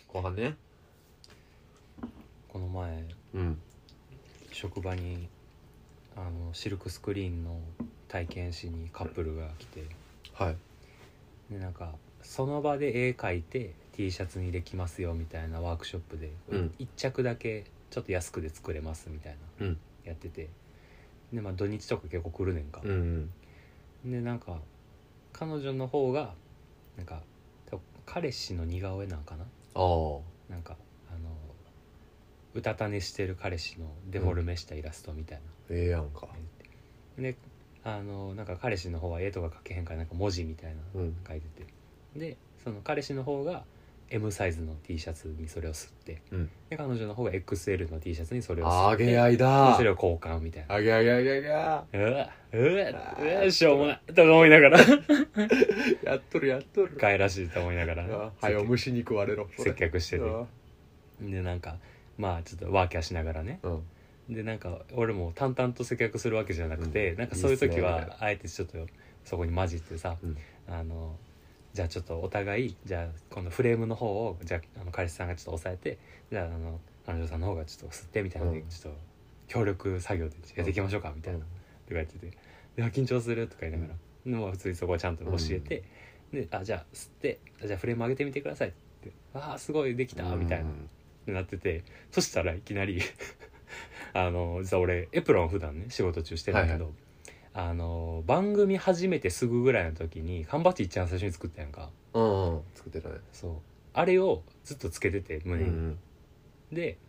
後半ね。 この前うん職場にシルクスクリーンの体験しにカップルが来て、 はいでなんかその場で絵描いて T シャツにできますよみたいなワークショップで、1着だけちょっと安くで作れますみたいな、やってて、でまあ土日とか結構来るねんか、でなんか彼女の方がなんか彼氏の似顔絵なんかな、なんかうたた寝してる彼氏のデフォルメしたイラストみたいな、 やんか。 でなんか彼氏の方は絵とか描けへんからなんか文字みたいな書いてて、でその彼氏の方が M サイズの T シャツにそれを吸って、で彼女の方が XL の T シャツにそれを吸って、 あげ合いだ。 それを交換みたいな。 あげあげあげあげあ。 うわしょうもないと思いながらやっとるやっとる。 かいらしいと思いながらはよ虫に食われろ。 接客してて、でなんかまあちょっとワーキャーしながらね、でなんか俺も淡々と接客するわけじゃなくて、なんかそういう時はあえてちょっとそこに混じってさ、じゃあちょっとお互いじゃあこのフレームの方をじゃあ彼氏さんがちょっと押さえて、じゃあ彼女さんの方がちょっと吸ってみたいなので、ちょっと協力作業でやっていきましょうかみたいな、とか言ってて、で緊張するとか言いながら、でも普通にそこはちゃんと教えて、でじゃあ吸ってじゃあフレーム上げてみてくださいって、すごいできたみたいな、ってなってて、そしたらいきなり実は俺エプロン普段ね仕事中してるんだけど、番組始めてすぐぐらいの時に缶バッジ一番最初に作ったやんか。 作ってたね。 そうあれをずっとつけてて胸に、で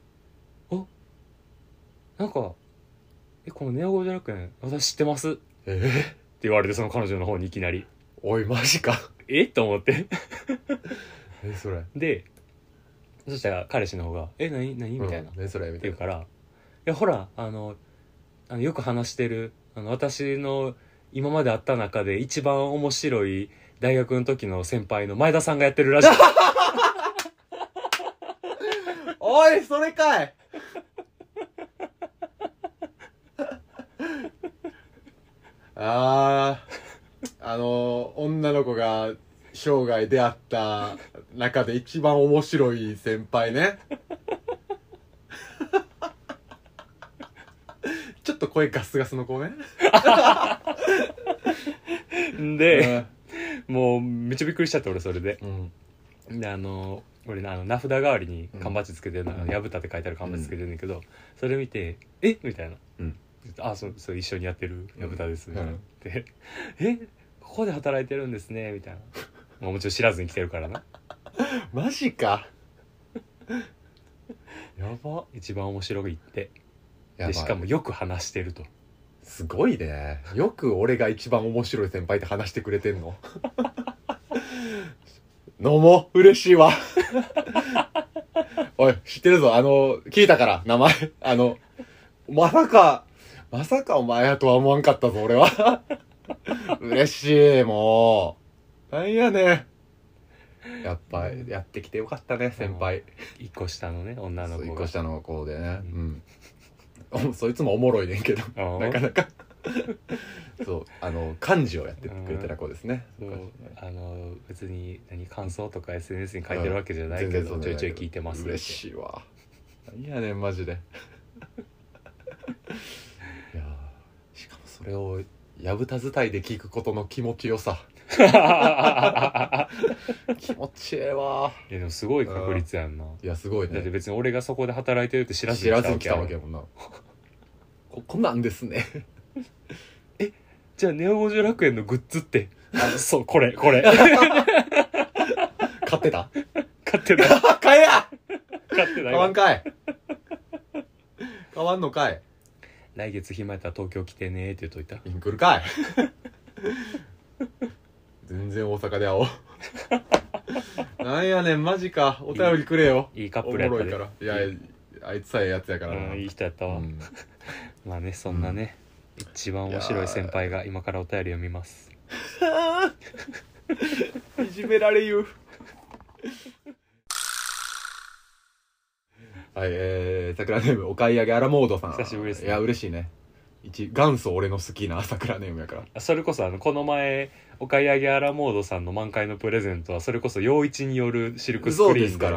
なんかこのネオ五条楽園私知ってますって言われて、その彼女の方にいきなりおいマジかと思ってそれでそしたら彼氏の方が何みたいな、 それって言うから、いやほらよく話してる私の今まで会った中で一番面白い大学の時の先輩の前田さんがやってるらしいおいそれかい女の子が生涯出会った中で一番面白い先輩ねちょっと声ガスガスの子ねで、もうめっちゃびっくりしちゃって俺それで、で俺名札代わりに缶バッジつけてるの、やぶたって書いてある缶バッジつけてるんだけど、それ見てみたいな、そう一緒にやってるやぶたですみたいなってここで働いてるんですねみたいな、もちろん知らずに来てるからなマジかやば、 一番面白いってやばい。 でしかもよく話してると、 すごいね。よく俺が一番面白い先輩って話してくれてんのどうも嬉しいわおい知ってるぞ、聞いたから名前、まさかお前やとは思わんかったぞ俺は嬉しい、もうなんやねん、やっぱやってきてよかったね先輩。 一個下のね女の子が、 一個下の子でね、そいつもおもろいねんけどなかなかそう漢字をやってくれてた子ですね。 そう別に感想とか SNS に書いてるわけじゃないけど、ちょいちょい聞いてますって。 嬉しいわ。何やねんマジでいやしかもそれをやぶた伝いで聞くことの気持ちよさ気持ちええわ。 いやでもすごい確率やんな。 いやすごいね。 だって別に俺がそこで働いてるって知らずに来たわけやもんなこなんですねじゃあネオ五条楽園のグッズってそうこれ買ってた買ってない買えや買ってない買わんかい買わんのかい。 来月暇やったら東京来てねって言っといた。 来るかい全然大阪で会おうなんやねんマジか、お便りくれよ。 いいカップルやったで。 おもろいから。いやあいつさえやつやからな、 いい人やったわ、まあね、そんなね、一番面白い先輩が今からお便り読みますいじめられゆうはい、桜ネームお買い上げアラモードさん。 久しぶりですね。 いや嬉しいね。元祖俺の好きな桜ネームやから。 それこそこの前お買い上げアラモードさんの満開のプレゼントはそれこそ陽一によるシルクスクリーンでそうですからね。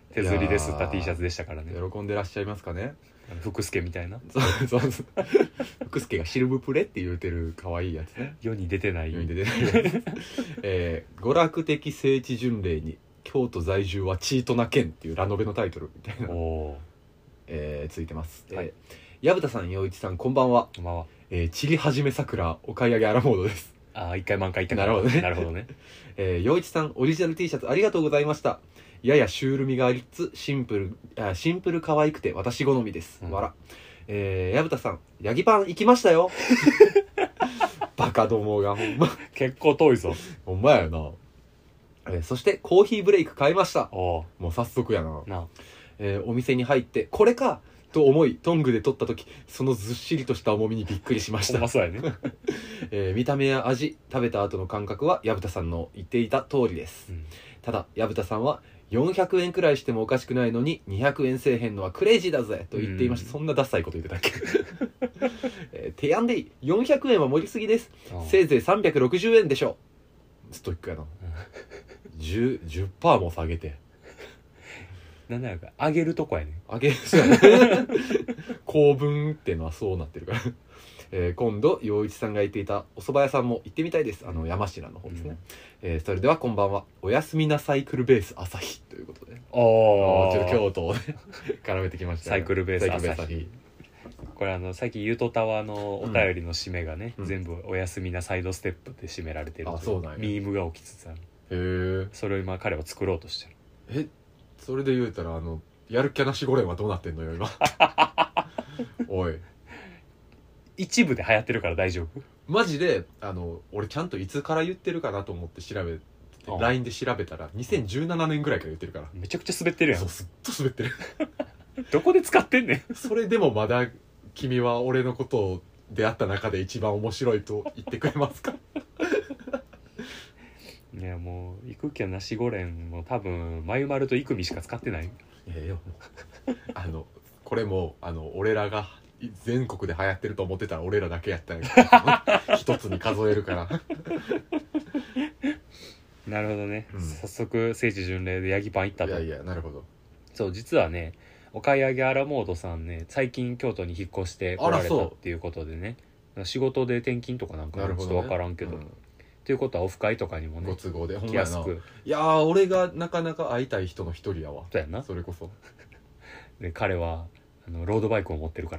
手刷りで吸った T シャツでしたからね。 喜んでらっしゃいますかね。 福助みたいな。 そう福助がシルブプレって言うてる可愛いやつね。 世に出てない。 世に出てないやつ娯楽的聖地巡礼に京都在住はチートな剣っていうラノベのタイトルみたいな、ついてます。矢蓋さん、陽一さん、こんばんは。 こんばんは。 散り始め桜お買い上げアラモードです。 一回満開行ったから。 なるほどね。 なるほどね。 陽一さん、オリジナル T シャツありがとうございました。ややシュール味がありつつシンプル可愛くて私好みです。わら。矢蓋さん、ヤギパン行きましたよ。バカどもがほんま。 結構遠いぞ。 ほんまやな。そしてコーヒーブレイク買いました。 もう早速やな。お店に入ってこれかと思いトングで取った時、そのずっしりとした重みにびっくりしました。 ほんまそうやね。 見た目や味、食べた後の感覚は矢蓋さんの言っていた通りです。ただ矢蓋さんは400円くらいしてもおかしくないのに200円せえへんのはクレイジーだぜと言っていました。そんなダッサいこと言ってたっけ。提案でいい。400円は盛りすぎです。せいぜい360円でしょう。ストイックやな。10% も下げて。 なんだか上げるとこやね。 そうやね。公文ってのはそうなってるから。今度陽一さんが言っていたお蕎麦屋さんも行ってみたいです。山科の方ですね。それではこんばんは。おやすみなサイクルベース朝日ということで、ちょっと京都をね絡めてきました、 サイクルベース朝日。これ最近ゆとたわのお便りの締めがね、全部おやすみなサイドステップって締められてる。 そうなんや。 ミームが起きつつある。 へえ。 それを今彼は作ろうとしてる。 それで言うたらやる気なしゴレンはどうなってんのよ今。おい、 一部で流行ってるから大丈夫。 マジで俺ちゃんといつから言ってるかなと思って調べて LINE で調べたら2017年ぐらいから言ってるから。 めちゃくちゃ滑ってるやん。 そう、ずっと滑ってる。 どこで使ってんねん。 それでもまだ君は俺のことを出会った中で一番面白いと言ってくれますか。 いやもう幾家なしゴレンも多分まゆまると幾味しか使ってない。 いやいやこれも俺らが全国で流行ってると思ってたら俺らだけやったんやけど一つに数えるから。 なるほどね、早速聖地巡礼でヤギパン行ったと。 いやなるほど。 そう実はね、お買い上げアラモードさんね、最近京都に引っ越して来られたっていうことでね、仕事で転勤とかなんかちょっと分からんけど、ということはオフ会とかにもねご都合で来やすく。 いやー俺がなかなか会いたい人の一人やわ。 そうやな。 それこそで彼はロードバイクを持ってるから、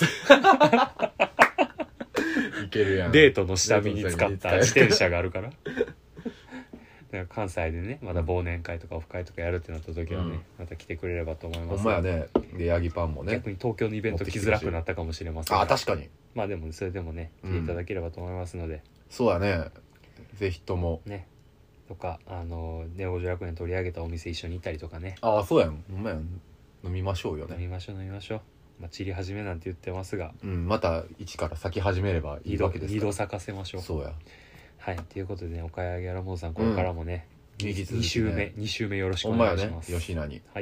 いけるやん。 デートの下見に使った自転車があるから。だから関西でねまだ忘年会とかオフ会とかやるってなった時はね、また来てくれればと思います。 ほんまやね。でヤギパンもね、 逆に東京のイベント来づらくなったかもしれませんが、 確かに。 まあでもそれでもね来ていただければと思いますので、 そうやね、ぜひともね。とかネオ・ジョ楽園取り上げたお店一緒に行ったりとかね。 そうやん。ほんまやん。飲みましょうよね。 飲みましょう。散り始めなんて言ってますが、 また一から咲き始めればいいわけですから。 二度咲かせましょう。 そうや。 はい、ということでね、お買い上げアラモードさんこれからもね、2週目よろしくお願いします。 ほんまやね、吉名に。 はい。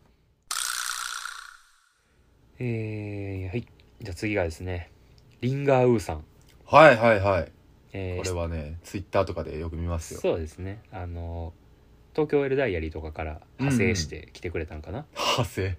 はい。じゃあ次がですね、リンガーウーさん。 はい。これはね、ツイッターとかでよく見ますよ。 そうですね。東京エルダイアリーとかから派生して来てくれたんかな。 派生。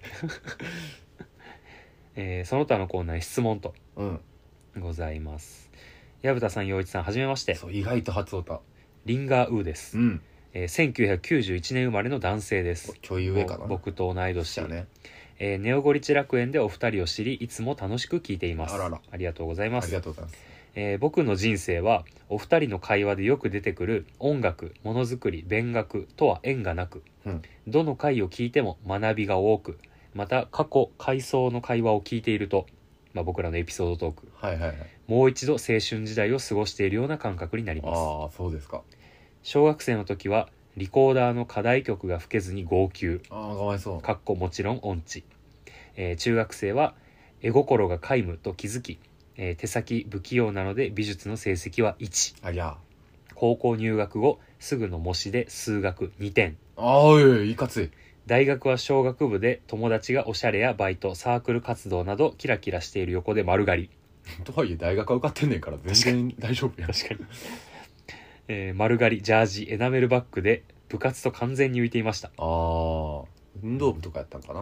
その他のコーナーに質問とございます。矢蓋さん、陽一さん、はじめまして。 そう、意外と初オタ。 リンガーウーです。1991年生まれの男性です。 ちょい上かな。 僕と同い年。 ね。 ネオゴリチ楽園でお二人を知り、いつも楽しく聞いています。 ありがとうございます。 ありがとうございます。 僕の人生はお二人の会話でよく出てくる音楽、ものづくり、勉学とは縁がなく、どの回を聞いても学びが多く、また過去回想の会話を聞いていると、僕らのエピソードトーク、もう一度青春時代を過ごしているような感覚になります。 そうですか。 小学生の時はリコーダーの課題曲が吹けずに号泣。 かわいそう。 かっこもちろん音痴。中学生は絵心が皆無と気づき、手先不器用なので美術の成績は1。高校入学後すぐの模試で数学2点。 いかつい。 大学は小学部で友達がおしゃれやバイト、サークル活動などキラキラしている横で丸刈り。 とはいえ大学は受かってんねんから全然大丈夫や。 確かに。丸刈り、ジャージ、エナメルバッグで部活と完全に浮いていました。 運動部とかやったんかな。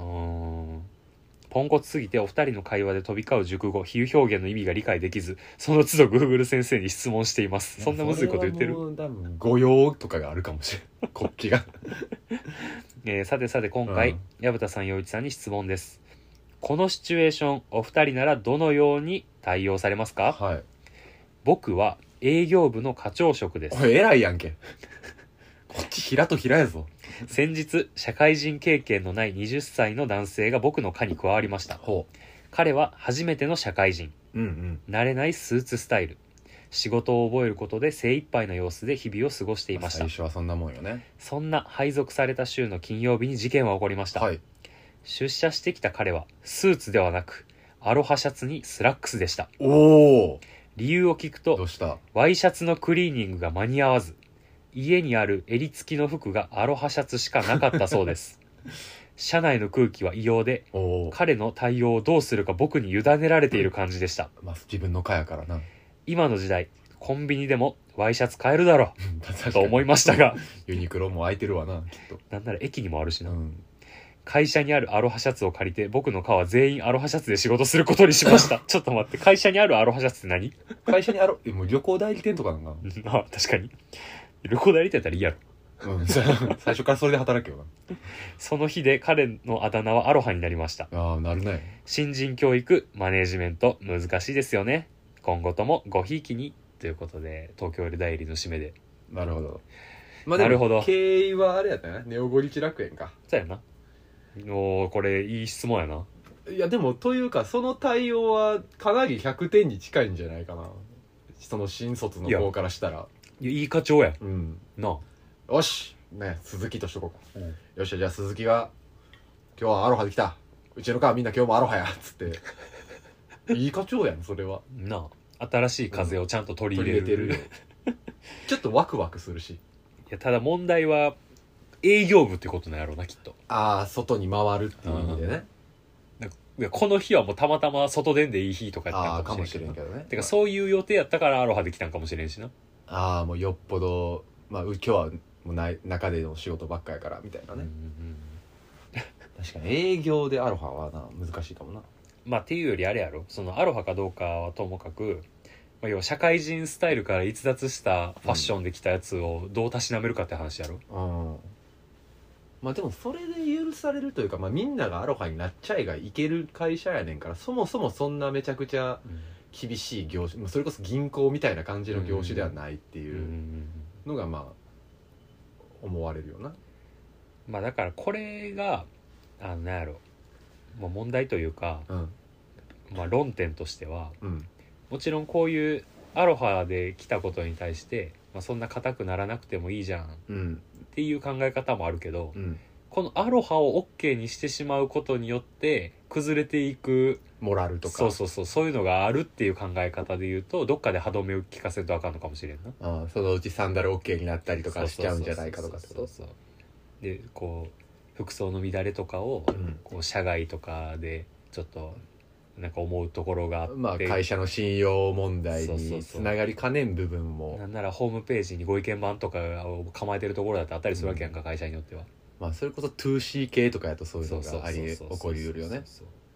ポンコツすぎてお二人の会話で飛び交う熟語比喩表現の意味が理解できず、その都度 Google 先生に質問しています。そんなむずいこと言ってる。 それはもう多分語用とかがあるかもしれん国旗がさてさて今回、薮田さん陽一さんに質問です。このシチュエーションお二人ならどのように対応されますか？ はい。 僕は営業部の課長職です。 おい偉いやんけこっち平と平やぞ。 先日社会人経験のない20歳の男性が僕の課に加わりました。 ほ彼は初めての社会人、慣れないスーツスタイル、仕事を覚えることで精一杯な様子で日々を過ごしていました。 最初はそんなもんよね。 そんな配属された週の金曜日に事件は起こりました。出社してきた彼はスーツではなくアロハシャツにスラックスでした。理由を聞くと、 どうした？ ワイシャツのクリーニングが間に合わず、家にある襟付きの服がアロハシャツしかなかったそうです。社内の空気は異様で、彼の対応をどうするか僕に委ねられている感じでした。 自分の課やからな。 今の時代コンビニでもワイシャツ買えるだろうと思いましたが、 ユニクロも空いてるわな、きっと。 なんなら駅にもあるしな、会社にあるアロハシャツを借りて僕の課は全員アロハシャツで仕事することにしました。ちょっと待って、会社にあるアロハシャツって何？ 会社にもう旅行代理店とかなんかあ、確かに旅行代理店やったらいいやろ。 最初からそれで働けよな。 その日で彼のあだ名はアロハになりました。 なるね。 新人教育マネージメント難しいですよね。今後ともごひいきにということで、東京エル代理の締めで。 なるほど。 なるほど。 経緯はあれやったな、ネオゴリチ楽園か。 そうやな。これいい質問やな。 いやでもというかその対応はかなり100点に近いんじゃないかな、その新卒の方からしたら。 いい課長やなあ。よしね、鈴木としとこうか、よっしゃ、じゃあ鈴木が今日はアロハで来た、うちの課みんな今日もアロハやっつっていい課長やんそれはなあ。新しい風をちゃんと取り入れてる、 ちょっとワクワクするし。いやただ問題は営業部ってことなんやろうな、きっと。 外に回るっていう意味でね。 いやこの日はもうたまたま外出んでいい日とかやったかもしれんけどね。てかそういう予定やったからアロハできたんかもしれんしな。 もうよっぽど今日はもう中での仕事ばっかやからみたいなね。確かに営業でアロハは難しいかもな。 っていうよりあれやろ、そのアロハかどうかはともかく、要は社会人スタイルから逸脱したファッションで着たやつをどうたしなめるかって話やろ。 でもそれで許されるというか、みんながアロハになっちゃいがいける会社やねんから、そもそもそんなめちゃくちゃ厳しい業種、それこそ銀行みたいな感じの業種ではないっていうのが思われるよな。 だからこれがなんやろ、問題というか、論点としては、もちろんこういうアロハで来たことに対して、そんな硬くならなくてもいいじゃんっていう考え方もあるけど、このアロハを OK にしてしまうことによって崩れていくモラルとか、 そういうのがあるっていう考え方で言うと、どっかで歯止めを聞かせるとあかんのかもしれんな。 そのうちサンダル OK になったりとかしちゃうんじゃないかとかってこと。 でこう服装の乱れとかを、こう社外とかでちょっとなんか思うところがあって、 会社の信用問題につながりかねん部分も、 なんならホームページにご意見番とかを構えてるところだってあったりするわけやんか、会社によっては。 それこそ 2C 系とかやとそういうのが起こりうるよね。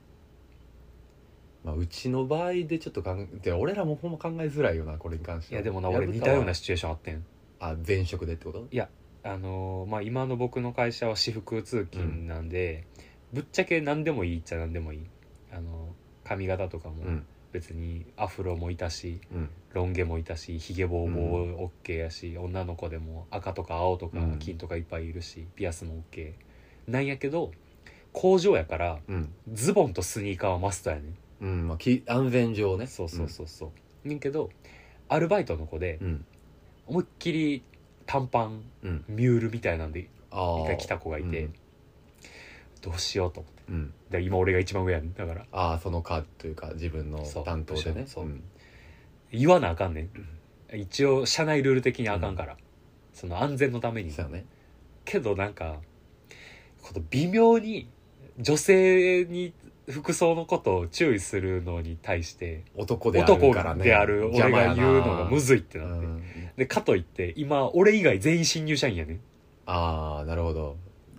うちの場合でちょっと俺らもほんま考えづらいよな、これに関しては。 いやでもな、俺似たようなシチュエーションあってん。 前職でってこと？ いや今の僕の会社は私服通勤なんで、ぶっちゃけ何でもいいっちゃ何でもいい。髪型とかも別にアフロもいたし、ロン毛もいたし、ヒゲボーも OK やし、女の子でも赤とか青とか金とかいっぱいいるし、ピアスも OK なんやけど、工場やから、ズボンとスニーカーはマストやね。 安全上ね。 ねんけどアルバイトの子で、思いっきり短パン、ミュールみたいなんで一回来た子がいて、どうしようと思って、だ今俺が一番上やねん。だからその課というか自分の担当でね、 言わなあかんねん、一応社内ルール的にあかんから、その安全のために。 そうね。 けどなんかこの微妙に女性に服装のことを注意するのに対して男であるからね、 男である俺が言うのがむずいってなって、でかといって今俺以外全員新入社員やねん。 なるほど。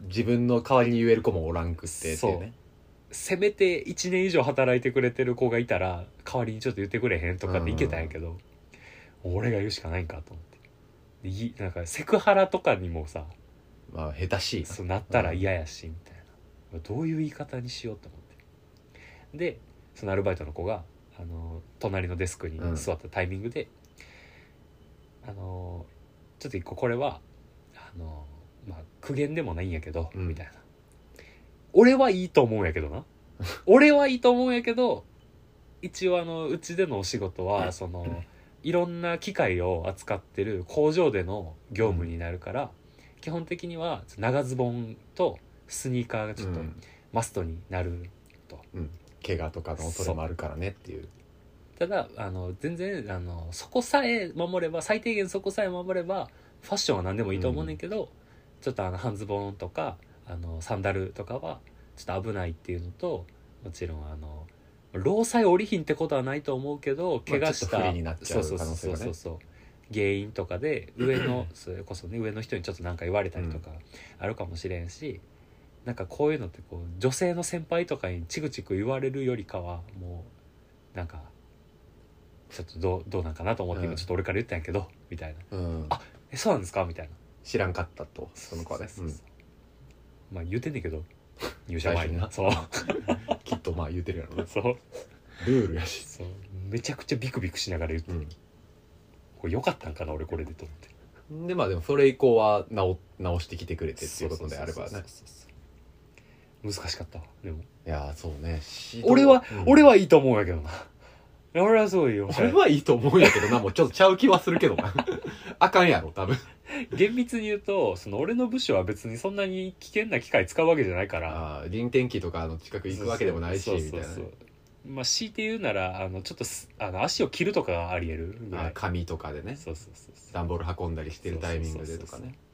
自分の代わりに言える子もおらんくってっていうね。 せめて1年以上働いてくれてる子がいたら代わりにちょっと言ってくれへんとかでいけたんやけど、俺が言うしかないんかと思ってなんかセクハラとかにもさ、 まあ下手しいそうなったら嫌やしみたいな、どういう言い方にしようと思ってでそのアルバイトの子が隣のデスクに座ったタイミングで、ちょっと一個これはまあ苦言でもないんやけど、みたいな、俺はいいと思うんやけどな俺はいいと思うんやけど、一応うちでのお仕事はそのいろんな機械を扱ってる工場での業務になるから、基本的には長ズボンとスニーカーがちょっとマストになると、 怪我とかの恐れもあるからねっていう。 ただ全然そこさえ守れば、最低限そこさえ守ればファッションは何でもいいと思うねんけど、ちょっと半ズボンとかサンダルとかはちょっと危ないっていうのと、もちろん労災降りひんってことはないと思うけど、怪我した、 不利になっちゃう可能性がね、 そう原因とかで上のそれこそね上の人にちょっと何か言われたりとかあるかもしれんし、なんかこういうのってこう女性の先輩とかにチクチク言われるよりかはもうなんかちょっとどうなんかなと思って今ちょっと俺から言ったんやけど、みたいな、あそうなんですかみたいな、 知らんかったとその子はね、 まあ言うてんねんけど入社前にそうきっとまあ言うてるやろなそうルールやし、 そうめちゃくちゃビクビクしながら言って、これ良かったんかな俺これでと思って、 でまあでもそれ以降は直してきてくれてっていうことであればね、 難しかったわ。でもいやそうね、 俺はいいと思うんやけどな。俺はすごいよ。 俺はいいと思うんやけどな、もうちょっとちゃう気はするけどなあかんやろ多分。 厳密に言うとその俺の部署は別にそんなに危険な機械使うわけじゃないから、 臨転機とか近く行くわけでもないしみたいな、 まあ強いて言うならちょっと足を切るとかがあり得るぐらい、 紙とかでね、段ボール運んだりしてるタイミングでとかね。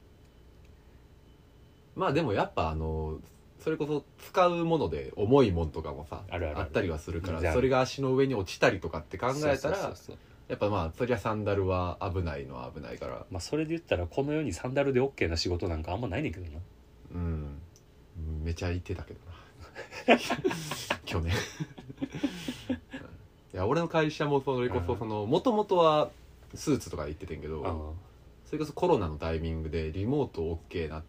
まあでもやっぱそれこそ使うもので重いもんとかもさ あったりはするから、それが足の上に落ちたりとかって考えたらやっぱまあそりゃサンダルは危ないのは危ないから、 まあそれで言ったらこの世にサンダルで OK な仕事なんかあんまないねんけどな。 めちゃ言ってたけどな去年いや俺の会社もそれこそもともとはスーツとかで行っててんけど、それこそコロナのタイミングでリモート OK なって、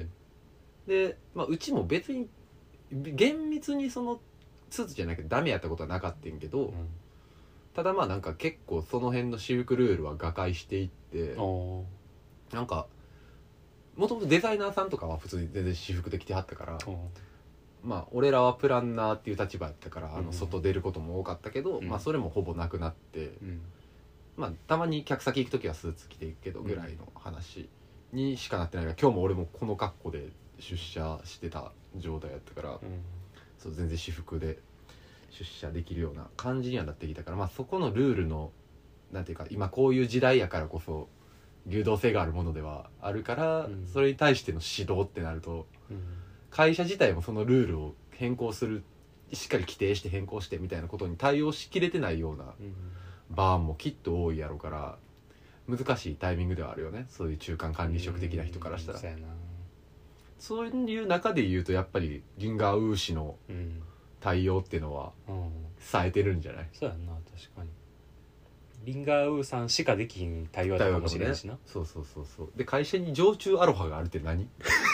で、まあ、うちも別に厳密にそのスーツじゃなくてダメやったことはなかったんけど、ただまあなんか結構その辺の私服ルールは瓦解していって、なんかもともとデザイナーさんとかは普通に全然私服で着てはったから、まあ俺らはプランナーっていう立場やったから外出ることも多かったけど、まあそれもほぼなくなって、まあたまに客先行く時はスーツ着ていくけどぐらいの話にしかなってないから、今日も俺もこの格好で出社してた状態やったから、そう全然私服で出社できるような感じにはなってきたから、まあそこのルールのなんていうか今こういう時代やからこそ流動性があるものではあるから、それに対しての指導ってなると、会社自体もそのルールを変更する、しっかり規定して変更してみたいなことに対応しきれてないようなバーンもきっと多いやろから、難しいタイミングではあるよね、そういう中間管理職的な人からしたら。そういう中で言うとやっぱりリンガーウー氏の対応っていうのは冴えてるんじゃない？ そうやんな、確かにリンガーウーさんしかできひん対応だったかもしれんしな、 そうで会社に常駐アロハがあるって何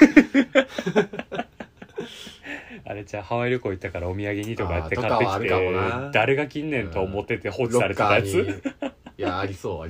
あれじゃあハワイ旅行行ったからお土産にとかやって買ってきて誰が近年と思ってて放置されてたやついやありそう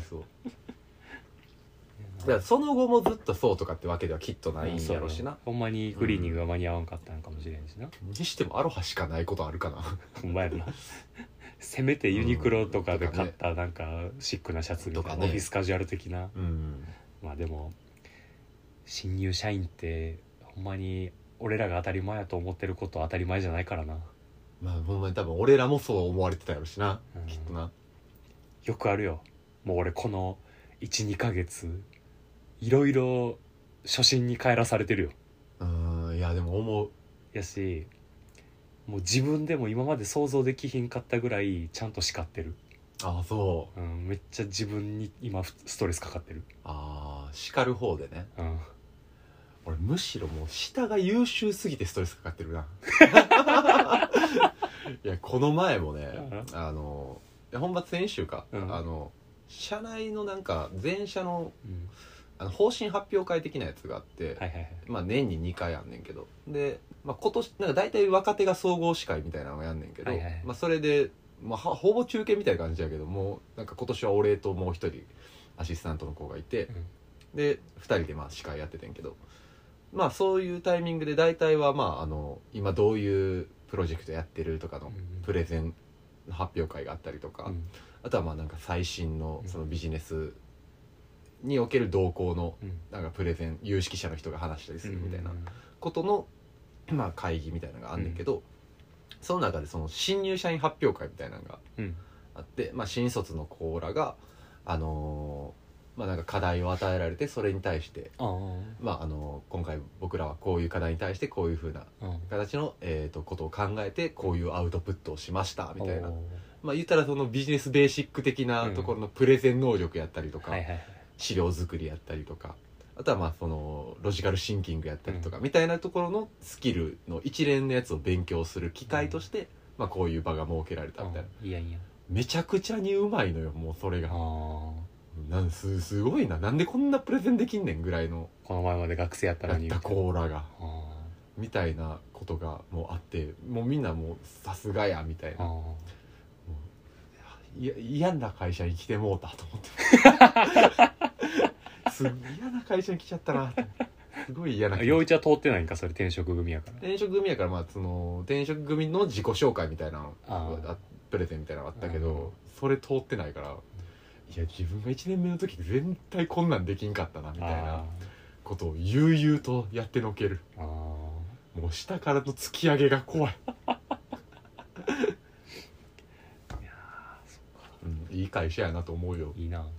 だからその後もずっとそうとかってわけではきっとないんやろしな、 ほんまにクリーニングが間に合わんかったんかもしれんしな、 にしてもアロハしかないことあるかなほんまやなせめてユニクロとかで買ったなんかシックなシャツみたいな、オフィスカジュアル的な、まあでも新入社員ってほんまに俺らが当たり前やと思ってることは当たり前じゃないからな。 まあほんまに多分俺らもそう思われてたやろしな、きっとな。 よくあるよ、もう俺この 1,2 ヶ月いろいろ初心に帰らされてるよ。 いやでも思うやし、もう自分でも今まで想像できひんかったぐらいちゃんと叱ってる。 ああそう、 めっちゃ自分に今ストレスかかってる。 叱る方でね、 俺むしろもう下が優秀すぎてストレスかかってるな。いやこの前もね、本番先週か、社内のなんか全社の、方針発表会的なやつがあって、まあ年に2回あんねんけど、で、まあ、今年なんか大体若手が総合司会みたいなのをやんねんけど、まあ、それで、まあ、ほぼ中継みたいな感じやけども、なんか今年は俺ともう一人アシスタントの子がいて、で2人でまあ司会やっててんけど、まあそういうタイミングで大体はまあ今どういうプロジェクトやってるとかのプレゼンの発表会があったりとか、あとはまあなんか最新のそのビジネスにおける動向のなんかプレゼン、有識者の人が話したりするみたいなことのまあ会議みたいなのがあんねんけど、その中でその新入社員発表会みたいなのがあって、まあ新卒の子らがまあなんか課題を与えられて、それに対してまあ今回僕らはこういう課題に対してこういう風な形のことを考えてこういうアウトプットをしましたみたいな、まあ言ったらそのビジネスベーシック的なところのプレゼン能力やったりとか、資料作りやったりとか、あとはまあそのロジカルシンキングやったりとかみたいなところのスキルの一連のやつを勉強する機会として、まあこういう場が設けられたみたいな。めちゃくちゃにうまいのよ、もうそれが。すごいな、なんでこんなプレゼンできんねんぐらいの、 この前まで学生やったのにやったコーラがみたいなことがもうあって、もうみんなもうさすがやみたいな、嫌な会社に来てもうたと思って嫌な会社に来ちゃったなって、すごい嫌な。 陽一は通ってないんか、それ転職組やから。 転職組やから、まあその転職組の自己紹介みたいなプレゼンみたいなのがあったけど、それ通ってないから、いや自分が1年目の時絶対こんなんできんかったなみたいなことを悠々とやってのける。もう下からの突き上げが怖い。いやそっか、いい会社やなと思うよ。 いいな。い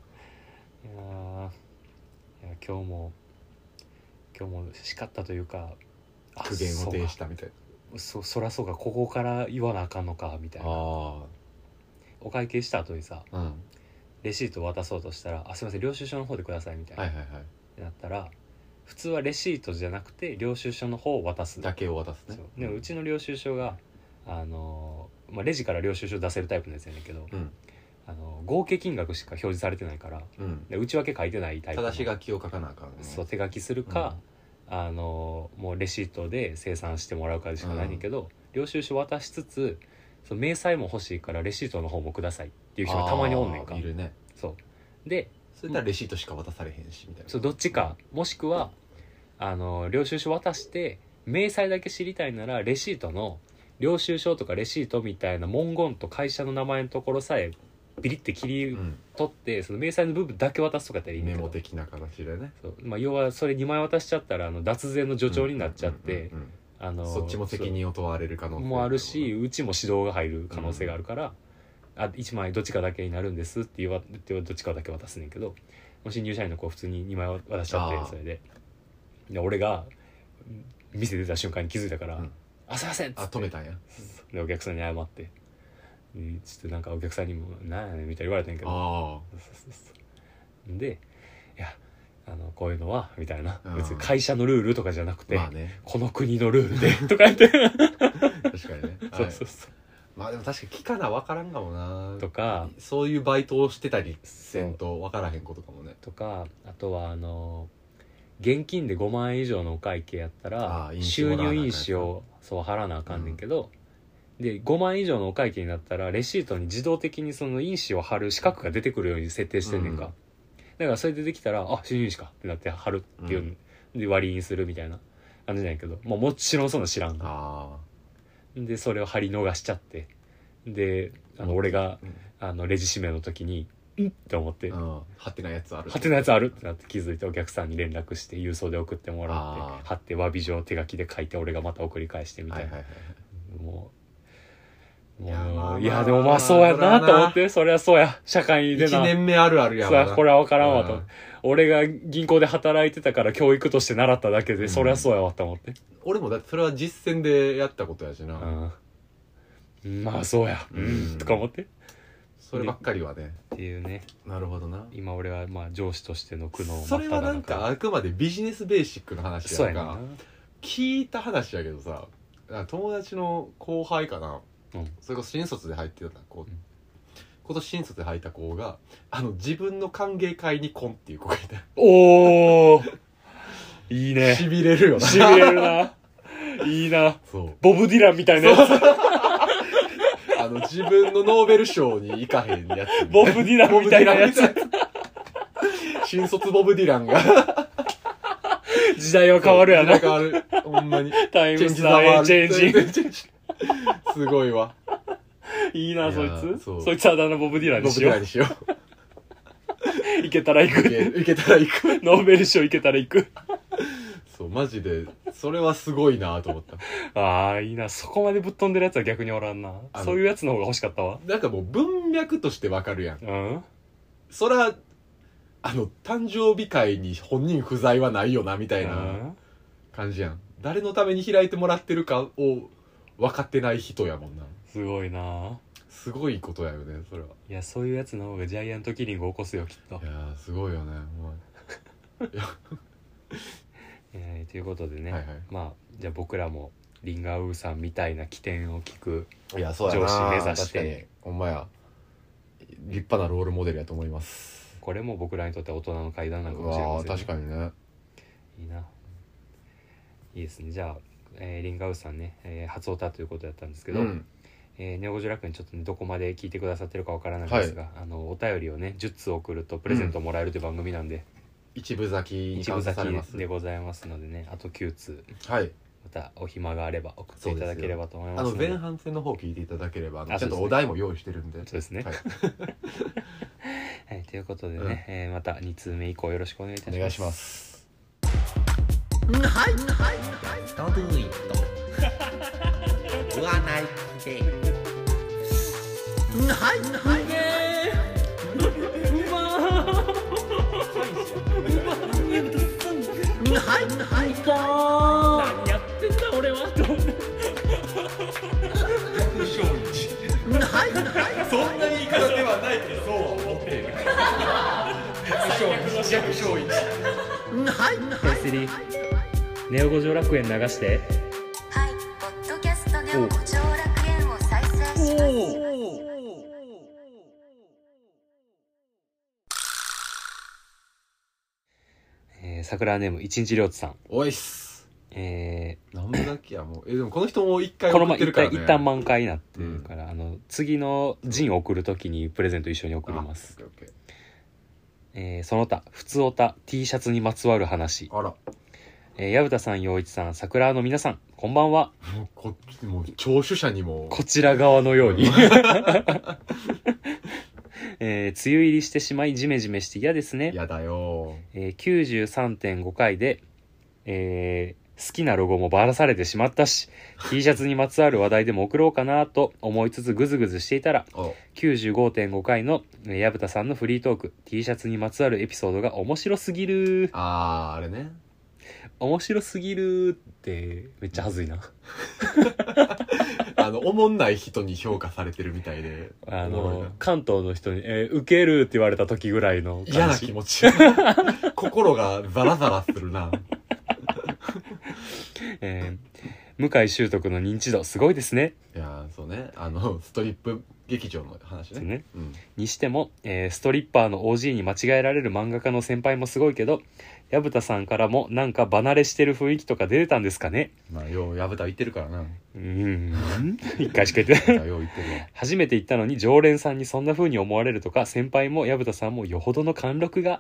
や今日も叱ったというか、 苦言を呈したみたいな。そらそうか、ここから言わなあかんのかみたいな。お会計した後にさ、レシート渡そうとしたら、すいません領収書の方でくださいみたいな、ってなったら、普通はレシートじゃなくて領収書の方を渡すだけを渡すね。 でもうちの領収書がまあ、レジから領収書出せるタイプのやつやねんけど、合計金額しか表示されてないから、で内訳書いてないタイプの正し書きを書かなあかんね。 そう手書きするか、もうレシートで精算してもらうかしかないねんけど、領収書渡しつつその明細も欲しいからレシートの方もくださいっていう人がたまにおんねんか。 いるね。 そうで、 それならレシートしか渡されへんしみたいな。 そうどっちか、もしくは領収書渡して明細だけ知りたいならレシートの領収書とかレシートみたいな文言と会社の名前のところさえビリって切り取って、その明細の部分だけ渡すとかやったらいいんだけど、 メモ的な形でね。 そう、まあ、要はそれ2枚渡しちゃったら脱税の助長になっちゃって、 そっちも責任を問われる可能性もあるし、うちも指導が入る可能性があるから、1枚どっちかだけになるんですって言ってどっちかだけ渡すねんけど、もし入社員の子普通に2枚渡しちゃって、それで俺が店出た瞬間に気づいたから、すいませんっつって止めたんや。 でお客さんに謝って、ちょっとなんかお客さんにもなんやねんみたいに言われたんやけど、でいやこういうのはみたいな、別に会社のルールとかじゃなくて、この国のルールでとか言って確かにね。 そうまあでも確かに聞かな分からんかもなとか、 そういうバイトをしてたりせんと分からへんことかもね。 とか、あとは現金で5万円以上のお会計やったら収入印紙を払わなあかんねんけど、で5万円以上のお会計になったらレシートに自動的にその印紙を貼る四角が出てくるように設定してんねんか、だからそれでできたら収入印紙かってなって貼るっていう、で割りにするみたいな感じなんやけど、もちろんそんな知らんで、それを貼り逃しちゃって、で俺がレジ締めの時にって思って、 貼ってないやつあるってなって気づいて、お客さんに連絡して郵送で送ってもらって貼って詫び状手書きで書いて、俺がまた送り返してみたいな、いやでもまあそうやなと思って、そりゃそうや、社会でな 1年目あるあるやわ、これは分からんわと、俺が銀行で働いてたから教育として習っただけで、そりゃそうやわと思って、 俺もだってそれは実践でやったことやしな、 まあそうやとか思って、 そればっかりはねっていうね。 なるほどな。 今俺はまあ上司としての苦悩をそれはなんかあくまでビジネスベーシックの話やんか。 そうやねんな。 聞いた話やけどさ、友達の後輩かな、それこそ新卒で入ってた子、今年新卒で入った子が自分の歓迎会に来んっていう子がいた。 おーいいね。 しびれるよな。 しびれるな。いいな。 そうボブ・ディランみたいなやつ。 自分のノーベル賞に行かへんやつ。 ボブ・ディランみたいなやつ。 新卒ボブ・ディランが。 時代は変わるやな。 時代変わる。ほんまに。 タイムスターチェンジング。 すごいわ。 いいな、そいつ。 そうそいつあだ名ボブ・ディランにしよう。 ボブ・ディランにしよう。 いけたら行く。 いけたら行く。 ノーベル賞いけたら行く。 そう、マジで、それはすごいなと思った。 ああ、いいな。そこまでぶっ飛んでるやつは逆におらんな。そういうやつの方が欲しかったわ。 なんかもう文脈としてわかるやん。 うん。 そら、誕生日会に本人不在はないよな、みたいな感じやん。誰のために開いてもらってるかを分かってない人やもんな。 すごいな。 すごいことやよね、それは。 いや、そういうやつの方がジャイアントキリングを起こすよ、きっと。 いやー、すごいよね、お前。 ということでね、 はいはい、 まあじゃあ僕らもリンガーウーさんみたいな起点を聞くいやそうやな、 上司目指して、 確かにほんまや立派なロールモデルやと思います。 これも僕らにとっては大人の階段なのかもしれませんね。 確かにね。 いいな、いいですね。じゃあ、リンガーウーさんね、初オタということだったんですけど、ネオ五条楽園ちょっとねどこまで聞いてくださってるかわからないんですが、お便りをね10通送るとプレゼントもらえるという番組なんで、 一部咲きに完成されます。 でございますのでね、あと9通、 はい、 またお暇があれば送っていただければと思いますので、 前半戦の方聞いていただければちゃんとお題も用意してるんで。 そうですね、 はいはい、ということでね、また2通目以降よろしくお願いいたします。 お願いします。 はいはいとどいと言わないではいはいはいはい何やってんだ俺はとはいはいそんな言い方ではないけどそうは思っている。逆勝一。 はいはいセリネオ五条楽園流して。 はい、ポッドキャストネオ五条楽園を再生します。 桜ネーム一日両津さん。 おいっす。なんだっけやもう。でもこの人も一回この前送ってるからね。 一旦満開になってるから、次の陣を送るときにプレゼント一緒に送ります。その他普通おた T シャツにまつわる話。 あら。 矢蓋さん、陽一さん、桜の皆さん、こんばんは。 こっちもう聴取者にもこちら側のように梅雨入りしてしまいジメジメして嫌ですね。 やだよ。 93.5 回で、好きなロゴもばらされてしまったしT シャツにまつわる話題でも送ろうかなと思いつつグズグズしていたら 95.5 回の矢蓋さんのフリートーク T シャツにまつわるエピソードが面白すぎる。 あれね。 面白すぎるってめっちゃはずいなおもんない人に評価されてるみたいで、 関東の人にウケるって言われた時ぐらいの感じ、 嫌な気持ち心がザラザラするな向井秀徳の認知度すごいですね。 いやそうね、ストリップ劇場の話ね。 にしても、ストリッパーの OG に間違えられる漫画家の先輩もすごいけど矢蓋さんからもなんか離れしてる雰囲気とか出てたんですかね。 まあよう矢蓋言ってるからな。 一回しか言ってないよう言ってるわ。 初めて言ったのに常連さんにそんな風に思われるとか、先輩も矢蓋さんもよほどの貫禄が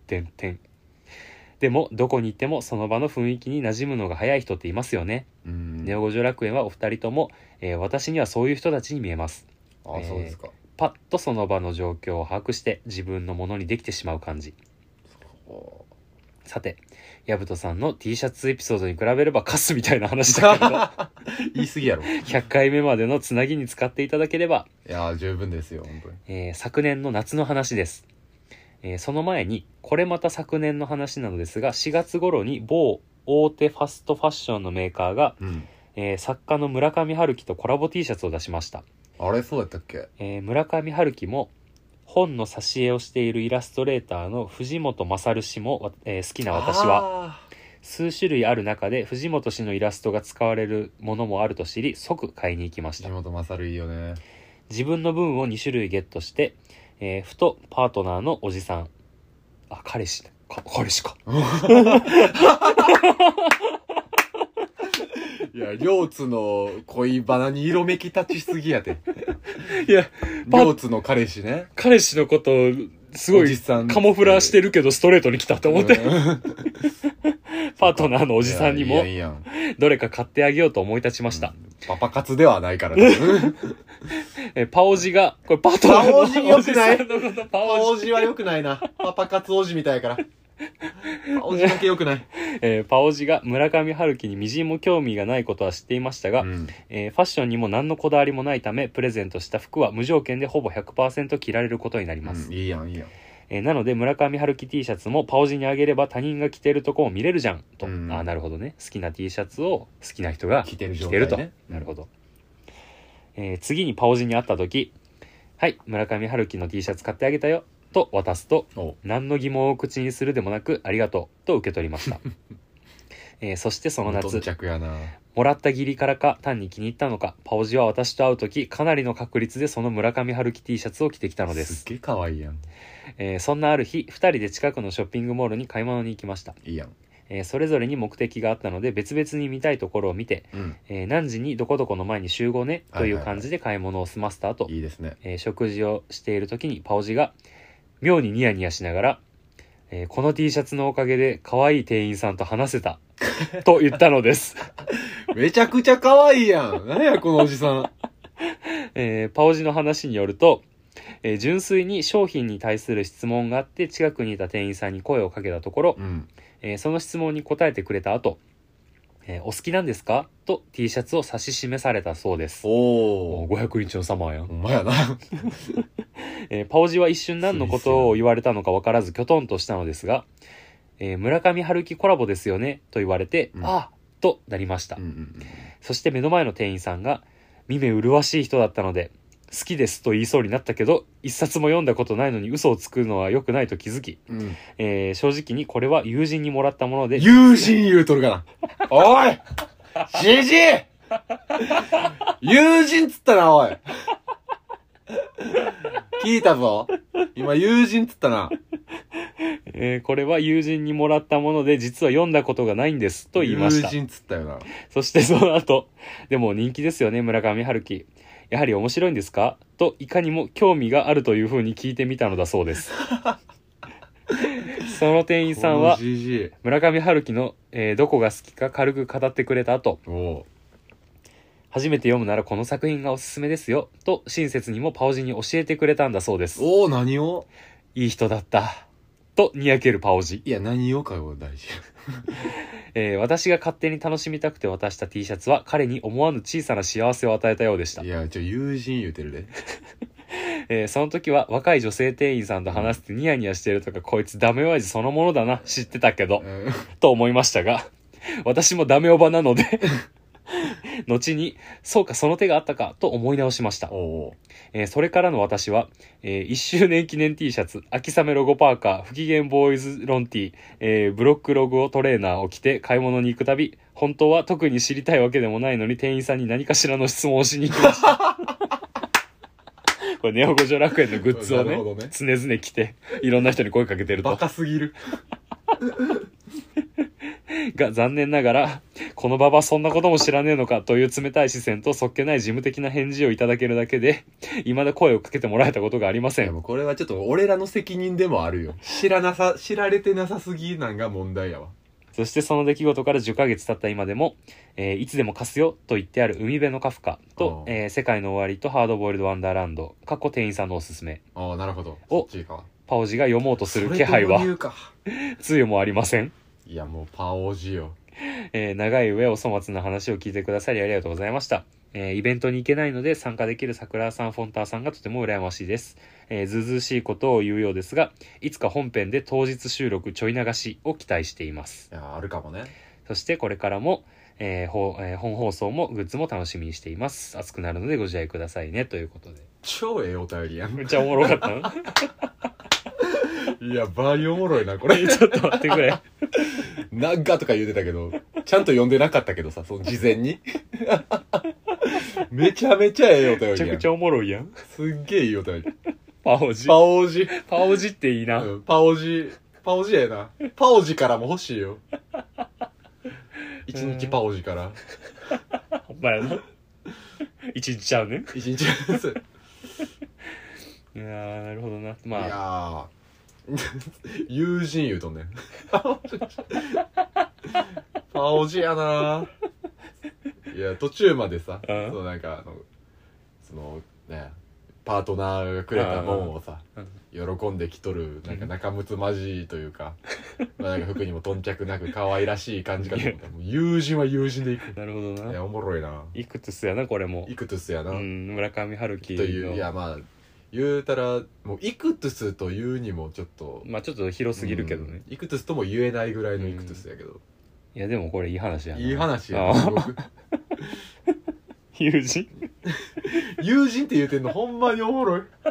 でもどこに行ってもその場の雰囲気に馴染むのが早い人っていますよね。ネオ五条楽園はお二人とも、私にはそういう人たちに見えます。 そうですか。 パッとその場の状況を把握して自分のものにできてしまう感じ。さて矢蓋さんの T シャツエピソードに比べればカスみたいな話だけど言い過ぎやろ。 100回目までのつなぎに使っていただければ。 いや十分ですよ本当に。 昨年の夏の話です。その前にこれまた昨年の話なのですが、4月頃に某大手ファストファッションのメーカーが、作家の村上春樹とコラボ T シャツを出しました。 あれそうやったっけ？ 村上春樹も本の挿絵をしているイラストレーターの藤本勝氏も、好きな私は数種類ある中で藤本氏のイラストが使われるものもあると知り即買いに行きました。 藤本勝いいよね。 自分の分を2種類ゲットして、ふとパートナーのおじさん、彼氏かいや、両津の恋バナに色めき立ちすぎやで。 いや両津の彼氏ね。 彼氏のことをすごいおじさんカモフラしてるけどストレートに来たと思って、パートナーのおじさんにもいやどれか買ってあげようと思い立ちました。 パパ活ではないからね。 パオジが、これパートナーのパオジ良くない？ おじさんのことパオジは良くないな。パパ活王子みたいやから。パオジだけ良くない。 パオジが村上春樹にみじんも興味がないことは知っていましたが、ファッションにも何のこだわりもないためプレゼントした服は無条件でほぼ 100% 着られることになります。 いいやん。 なので村上春樹 T シャツもパオジにあげれば他人が着てるとこも見れるじゃんと。なるほどね。好きな T シャツを好きな人が着てると。なるほど。次にパオジに会った時、はい村上春樹の T シャツ買ってあげたよと渡すと、何の疑問を口にするでもなくありがとうと受け取りました。そしてその夏もらった義理からか単に気に入ったのか、パオジは私と会う時かなりの確率でその村上春樹 T シャツを着てきたのです。 すっげえ可愛いやん。 そんなある日2人で近くのショッピングモールに買い物に行きました。 いいやん。 それぞれに目的があったので別々に見たいところを見て、何時にどこどこの前に集合ねという感じで買い物を済ませた後、 いいですね。 食事をしている時にパオジが妙にニヤニヤしながら、この T シャツのおかげで可愛い店員さんと話せたと言ったのです。 めちゃくちゃ可愛いやん。何やこのおじさん。 パオジの話によると、純粋に商品に対する質問があって近くにいた店員さんに声をかけたところ、その質問に答えてくれた後、お好きなんですかと T シャツを指し示されたそうです。500日のサマーやん。 ほんまやな。 パオジは一瞬何のことを言われたのか分からずきょとんとしたのですが、村上春樹コラボですよねと言われて、ああとなりました。そして目の前の店員さんが見目麗しい人だったので好きですと言いそうになったけど一冊も読んだことないのに嘘をつくのは良くないと気づき、正直にこれは友人にもらったもので。 友人言うとるかな。おいじじい友人つったなおい。聞いたぞ今友人つったな。 これは友人にもらったもので実は読んだことがないんですと言いました。 友人つったよな。 そしてその後、でも人気ですよね村上春樹、やはり面白いんですかといかにも興味があるというふうに聞いてみたのだそうです。その店員さんは村上春樹の、どこが好きか軽く語ってくれた後、初めて読むならこの作品がおすすめですよと親切にもパオジに教えてくれたんだそうです。 何を？ いい人だったとにやけるパオジ。 いや何をかよ大事。 私が勝手に楽しみたくて渡した T シャツは彼に思わぬ小さな幸せを与えたようでした。 いや友人言うてるで。 その時は若い女性店員さんと話してニヤニヤしてるとか、こいつダメ親父そのものだな知ってたけど、と思いましたが、私もダメおばなので後にそうかその手があったかと思い直しました。それからの私は、1周年記念 T シャツ、秋雨ロゴパーカー、不機嫌ボーイズロン T、ブロックロゴトレーナーを着て買い物に行くたび、本当は特に知りたいわけでもないのに店員さんに何かしらの質問をしに行きました。これネオ五条楽園のグッズをね常々着ていろんな人に声かけてると。 バカすぎる。 が残念ながらこのババそんなことも知らねえのかという冷たい視線とそっけない事務的な返事をいただけるだけで未だ声をかけてもらえたことがありません。 でもこれはちょっと俺らの責任でもあるよ。知られてなさすぎなんが問題やわ。 そしてその出来事から10ヶ月経った今でも、いつでも貸すよと言ってある海辺のカフカと、世界の終わりとハードボイルドワンダーランド店員さんのおすすめなるほどをパオジが読もうとする気配はつゆもありません。 いやもうパオジよ。 長い上お粗末な話を聞いてくださりありがとうございました。イベントに行けないので参加できる桜さんフォンターさんがとても羨ましいです。ずうずうしいことを言うようですが、いつか本編で当日収録ちょい流しを期待しています。 いやあるかもね。 そしてこれからも、 本放送もグッズも楽しみにしています。熱くなるのでご自愛くださいねということで。 超ええお便りやん。 めっちゃおもろかったのいやバリおもろいなこれ。 ちょっと待ってくれ。 なんかとか言うてたけどちゃんと読んでなかったけどさ、その事前にめちゃめちゃええお便りやん。 めちゃくちゃおもろいやん。 すっげえいいお便り。 パオジ。 パオジ。 パオジっていいな。 パオジ。パオジやな。パオジからも欲しいよ。一日パオジから。 ほんまやな。一日ちゃうね。 一日です。 いやー、なるほどな。まあ。 いやー。友人言うとんねん。パオジやな。いや、途中までさ、そうなんかそのね、パートナーがくれたもんをさ、喜んできとるなんか仲睦まじいというか、まあなんか服にも頓着なく可愛らしい感じかと思ったら、もう友人は友人でいく。 なるほどな。 いやおもろいな。 いくつやなこれも。 いくつやな。 村上春樹という、いやまあ言うたらもういくつと言うにもちょっとまあちょっと広すぎるけどね。 いくつとも言えないぐらいのいくつやけど。 いやでもこれいい話やな。 いい話やな。僕友人友人って言うてんのほんまにおもろい。め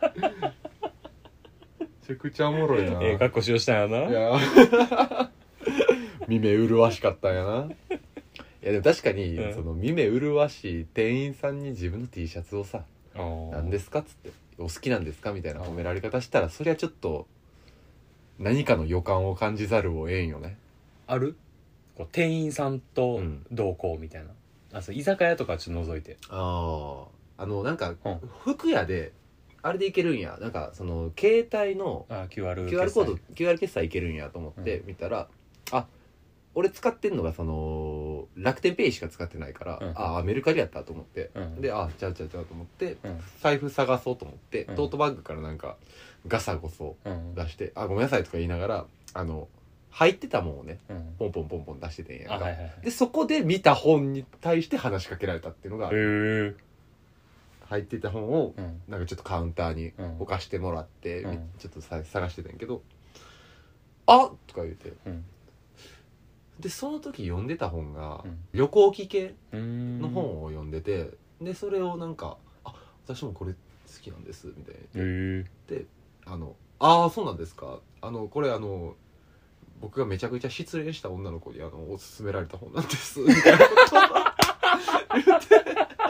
ちゃくちゃおもろいな。 格好しようしたんやな。 いや見目麗しかったんやな。いやでも確かに、その見目麗しい店員さんに自分の T シャツをさ「何ですか?」っつって「お好きなんですか?」みたいな褒められ方したら、そりゃちょっと何かの予感を感じざるを得んよね。 あるこう店員さんと同行みたいな、そう居酒屋とかちょっと覗いて。 なんか、服屋であれでいけるんや、なんかその携帯の QR コード QR 決済いけるんやと思って見たら、俺使ってんのがその楽天ペイしか使ってないから、メルカリやったと思って、でちゃうと思って、財布探そうと思って、トートバッグからなんかガサゴソ出して「ごめんなさい」とか言いながら入ってたもんをね、ポンポンポンポン出しててんやんか。でそこで見た本に対して話しかけられたっていうのが、入ってた本をなんかちょっとカウンターに置かしてもらって、ちょっと探してたんやけど「あっ!」とか言うて、でその時読んでた本が旅行記系の本を読んでて、でそれをなんか「私もこれ好きなんです」みたいな言って「そうなんですか、これ僕がめちゃくちゃ失恋した女の子におすすめられた本なんです」みたいなことを言って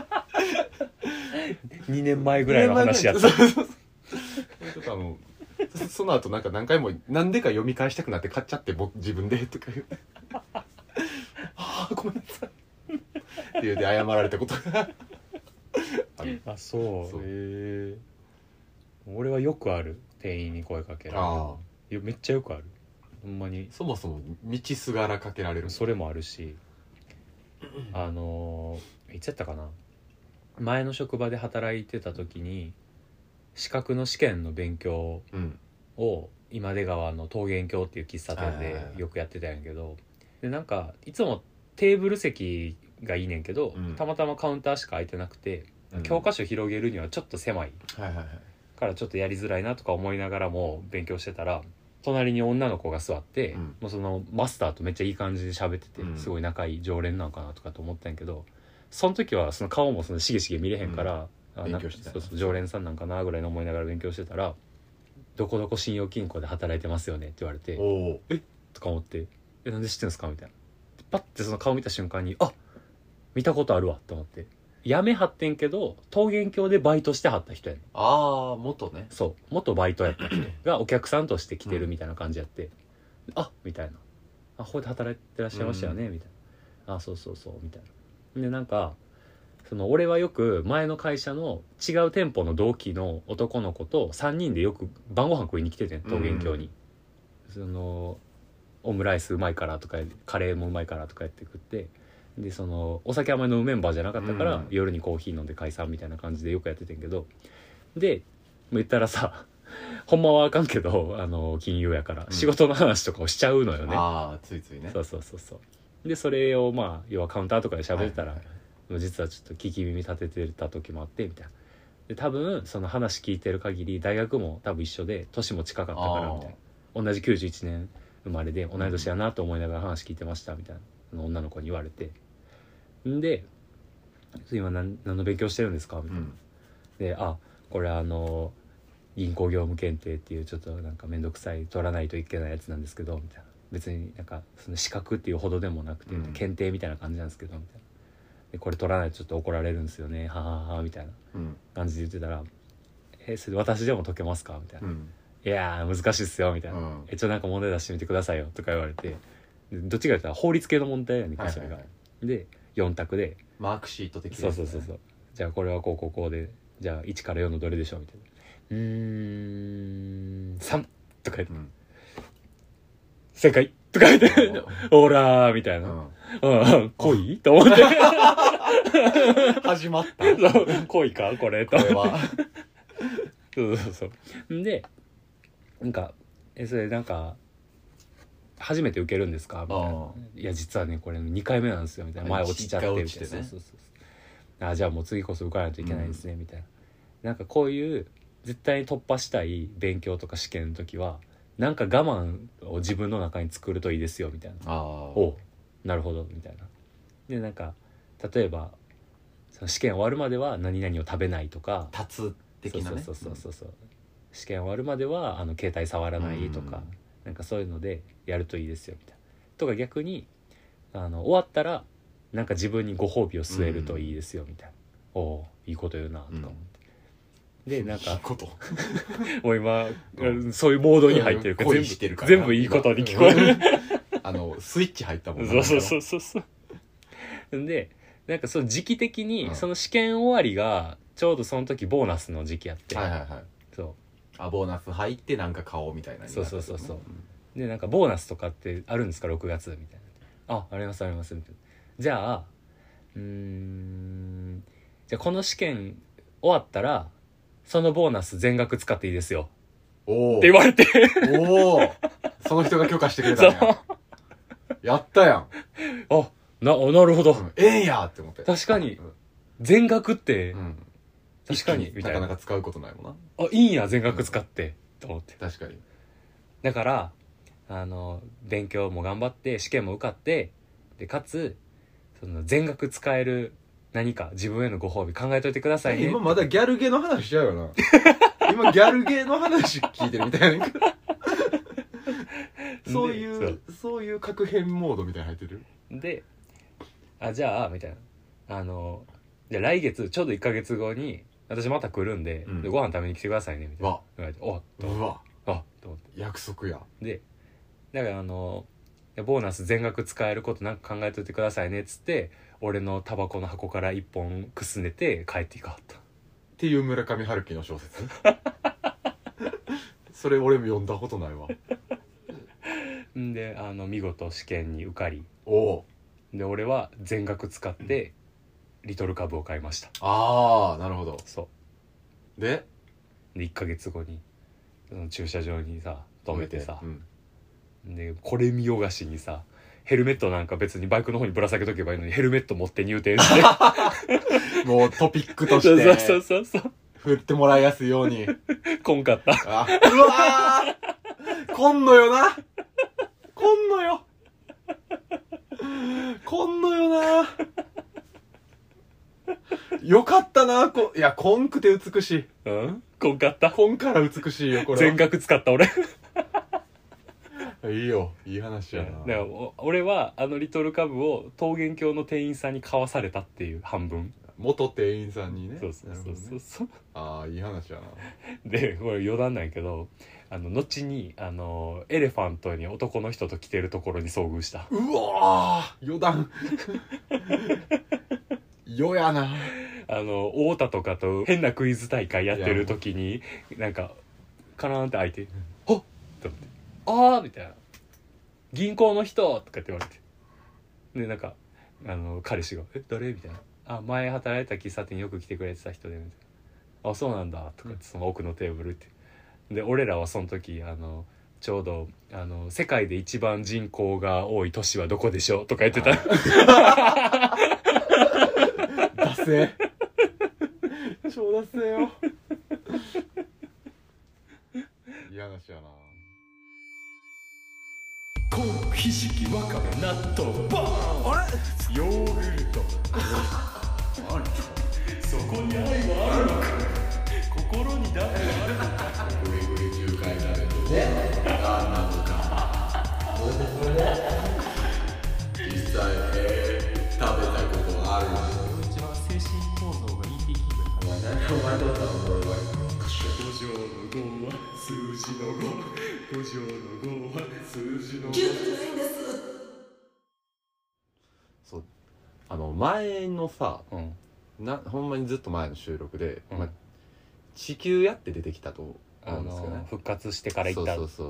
2年前ぐらいの話やった。 その後なんか何回もなんでか読み返したくなって買っちゃって自分でとか言ってごめんなさいって言うて謝られたことがそう俺はよくある。店員に声かけられる。めっちゃよくある。ほんまに。 そもそも道すがらかけられる。 それもあるし、いつやったかな、前の職場で働いてた時に資格の試験の勉強を今出川の桃源郷っていう喫茶店でよくやってたんやけど、でなんかいつもテーブル席がいいねんけど、たまたまカウンターしか空いてなくて、教科書広げるにはちょっと狭いからちょっとやりづらいなとか思いながらも勉強してたら、隣に女の子が座って、もうそのマスターとめっちゃいい感じで喋ってて、すごい仲いい常連なんかなとかと思ったんやけど、その時はその顔もそのしげしげ見れへんから、 勉強してた。 そう常連さんなんかなぐらいの思いながら勉強してたら、どこどこ信用金庫で働いてますよねって言われて、えとか思って、なんで知ってんすかみたいな。パッてその顔見た瞬間に、見たことあるわと思って、辞めはってんけど桃源郷でバイトしてはった人やねん。 元ね。 そう元バイトやった人がお客さんとして来てるみたいな感じやって、みたいな、ここで働いてらっしゃいましたよね、みたいな、そうみたいな。でなんかその俺はよく前の会社の違う店舗の同期の男の子と3人でよく晩ご飯食いに来ててん桃源郷に、そのオムライスうまいからとかカレーもうまいからとかやって食って、でそのお酒あんまり飲むメンバーじゃなかったから、夜にコーヒー飲んで解散みたいな感じでよくやっててんけど、で言ったらさほんまはあかんけど金融やから仕事の話とかをしちゃうのよね、 ついついね。 そうでそれを要はカウンターとかで喋ってたら、実はちょっと聞き耳立ててた時もあってみたいな。で多分その話聞いてる限り大学も多分一緒で年も近かったからみたいな、同じ91年生まれで同い年やなと思いながら話聞いてましたみたいな女の子に言われて、んで今何の勉強してるんですかみたいな、でこれ銀行業務検定っていうちょっとなんかめんどくさい取らないといけないやつなんですけどみたいな、別になんかその資格っていうほどでもなくて、検定みたいな感じなんですけどみたいな、でこれ取らないとちょっと怒られるんですよねはははみたいな感じで言ってたら、それ私でも解けますかみたいな、いやー難しいっすよみたいな、なんか問題出してみてくださいよとか言われて、どっちかというと法律系の問題やねんかそれが、で4択でマークシート的な、 そうじゃあこれはこうで、じゃあ1から4のどれでしょうみたいな、3とか言って、正解とか言ってオラーみたいな、恋と思って始まったそう恋かこれとこれはそうでなんかそれなんか初めて受けるんですかみたいな、いや実はねこれ2回目なんですよみたいな、前落ちちゃってみたいな、そうじゃあもう次こそ受からないといけないですね、みたいな、なんかこういう絶対に突破したい勉強とか試験の時はなんか我慢を自分の中に作るといいですよみたいな、おなるほどみたいな、でなんか例えばその試験終わるまでは何々を食べないとか、 立つ的なね、 そう試験終わるまでは携帯触らないとか、なんかそういうのでやるといいですよみたいな、とか逆に終わったらなんか自分にご褒美を据えるといいですよみたいな、いいこと言うなとか思って、でなんかもう今そういうモードに入ってるから、全部いいことに聞こえるスイッチ入ったもんね。そうでなんかその時期的にその試験終わりがちょうどその時ボーナスの時期やって、 そうボーナス入ってなんか買おうみたいな、 そうでなんかボーナスとかってあるんですか6月みたいな、ありますみたいな、じゃあじゃあこの試験終わったらそのボーナス全額使っていいですよって言われてその人が許可してくれたんややったやん、 なるほど、 ええんやって思って、 確かに、全額って、確かになかなか使うことないもんな、 いいんや全額使って、と思って、 確かに、 だから勉強も頑張って試験も受かって、でかつその全額使える何か自分へのご褒美考えといてくださいね。 今まだギャルゲーの話しちゃうよな今ギャルゲーの話聞いてるみたいなそういう確変モードみたいに入ってるで、じゃあみたいな、じゃあ来月ちょうど1ヶ月後に私また来るんで、でご飯食べに来てくださいねみたいな言われて、 うわと思って、 約束やでだからボーナス全額使えることなんか考えといてくださいねっつって、俺のタバコの箱から1本くすねて帰っていかはったっていう村上春樹の小説それ俺も読んだことないわんで見事試験に受かり、で俺は全額使ってリトル株を買いました。 なるほど。 そうで 1ヶ月後にその駐車場にさ止めてさ、でこれ見よがしにさ、ヘルメットなんか別にバイクの方にぶら下げとけばいいのにヘルメット持って入店してもうトピックとしてそう振ってもらいやすいようにこんかった。 うわーこんのよな、こんのよなよかったな、いやこんくて美しい、 こんかった。 こんから美しいよこれ。 全額使った俺いいよ、いい話やな。 だから俺はリトル株を桃源郷の店員さんに買わされたっていう半分。 元店員さんにね。 そういい話やな。 でこれ余談なんやけど、後にエレファントに男の人と来てるところに遭遇した。 うわー余談よやな。 太田とかと変なクイズ大会やってる時になんかカラーンって開いて「はっ!」って思って「みたいな「銀行の人!」とかって言われて、でなんか彼氏が「誰?」みたいな「前働いた喫茶店よく来てくれてた人で」みたいな「そうなんだ」とかってその奥のテーブルってで、俺らはその時ちょうど世界で一番人口が多い都市はどこでしょうとか言ってたダセー超ダセーよいい話やな。コーヒひじきわかめ納豆バーンあれヨーグルトそこに愛はあるのか心に誰があるのかグリグリ10回食べてね何なのかそれで実際食べたことあるの一番精神構造が ET キングお前どうだろう俺は 5乗の5は数字の5 5乗の5は数字の5 そう前のさうんほんまにずっと前の収録で、 うん地球屋って出てきたと思うんですけどね。 復活してから行ったそう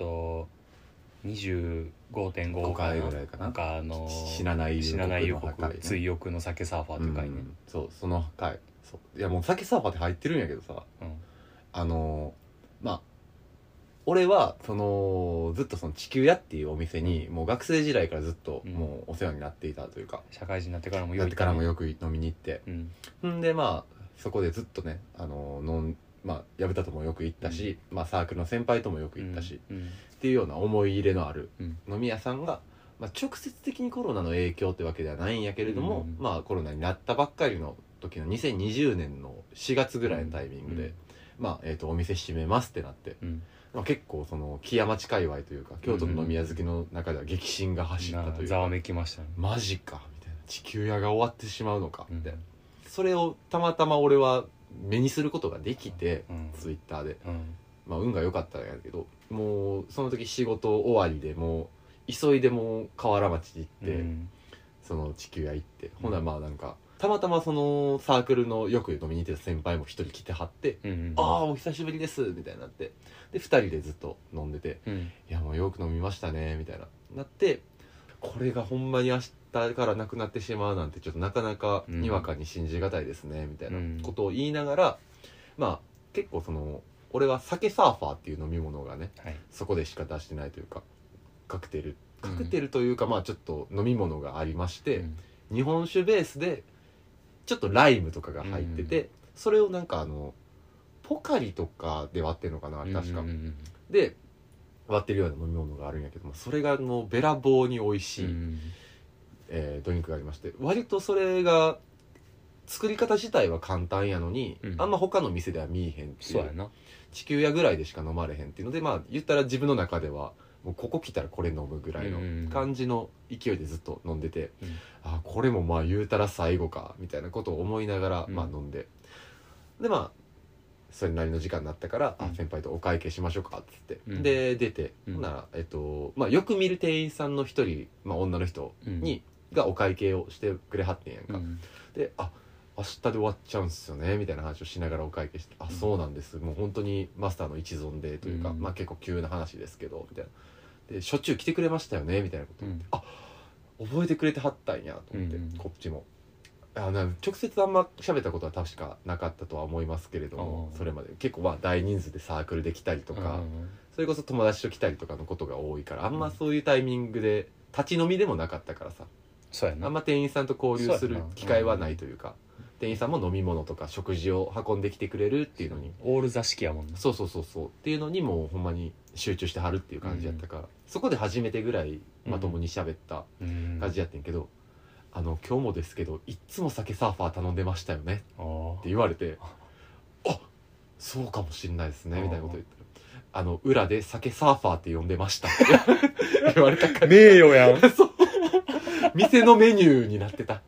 25.5 回ぐらいかな。 なんか死なない予告の回ね告追憶の酒サーファーって回ね、 そうその回そういやもう酒サーファーって入ってるんやけどさまあ俺はずっとその地球屋っていうお店にもう学生時代からずっともうお世話になっていたというか、 社会人になってからもよく飲みに行って、んでまあそこでずっとね薮田ともよく行ったし、サークルの先輩ともよく行ったし、っていうような思い入れのある飲み屋さんが、直接的にコロナの影響ってわけではないんやけれども、コロナになったばっかりの時の2020年の4月ぐらいのタイミングで、お店閉めますってなって、結構その木屋町界隈というか京都の飲み屋好きの中では激震が走ったというか、 ざわめきましたね。 マジかみたいな、地球屋が終わってしまうのかみたいな、それをたまたま俺は目にすることができて、ツイッターで、運が良かったんやけど、もうその時仕事終わりでもう急いでもう河原町に行って、その地球屋行って、ほななんかたまたまそのサークルのよく飲みに行ってた先輩も一人来てはって、ああお久しぶりですみたいになって、で2人でずっと飲んでて、いやもうよく飲みましたねみたいなって、これがほんまに明日からなくなってしまうなんてちょっとなかなかにわかに信じがたいですねみたいなことを言いながら、結構俺は酒サーファーっていう飲み物がね、そこでしか出してないというか、カクテルというかちょっと飲み物がありまして、日本酒ベースでちょっとライムとかが入ってて、それをなんかポカリとかで割ってるのかな確か、で割ってるような飲み物があるんやけども、それがべらぼうに美味しい、ドリンクがありまして、割とそれが作り方自体は簡単やのに、あんま他の店では見えへんっていう、 そうやな、 地球屋ぐらいでしか飲まれへんっていうので、言ったら自分の中ではもうここ来たらこれ飲むぐらいの感じの勢いでずっと飲んでて、これも言うたら最後かみたいなことを思いながら飲んで、でそれなりの時間になったから、先輩とお会計しましょうかっつって、で出て、ほんならよく見る店員さんの一人、女の人がお会計をしてくれはってんやんか、で明日で終わっちゃうんすよねみたいな話をしながらお会計して、そうなんです、もう本当にマスターの一存でというか、結構急な話ですけどみたいな、でしょっちゅう来てくれましたよねみたいなこと言って、覚えてくれてはったんやと思って、こっちも直接あんま喋ったことは確かなかったとは思いますけれども、それまで結構大人数でサークルで来たりとか、それこそ友達と来たりとかのことが多いから、あんまそういうタイミングで立ち飲みでもなかったからさ、 そうやな、 あんま店員さんと交流する機会はないというか、店員さんも飲み物とか食事を運んできてくれるっていうのに、 オール座敷やもんね。 そうっていうのにもうほんまに集中してはるっていう感じやったから、そこで初めてぐらいまともに喋った感じやってんけど、今日もですけどいっつも酒サーファー頼んでましたよねって言われて、そうかもしんないですねみたいなこと言ったら、裏で酒サーファーって呼んでましたって言われたから、 名誉やんそう店のメニューになってた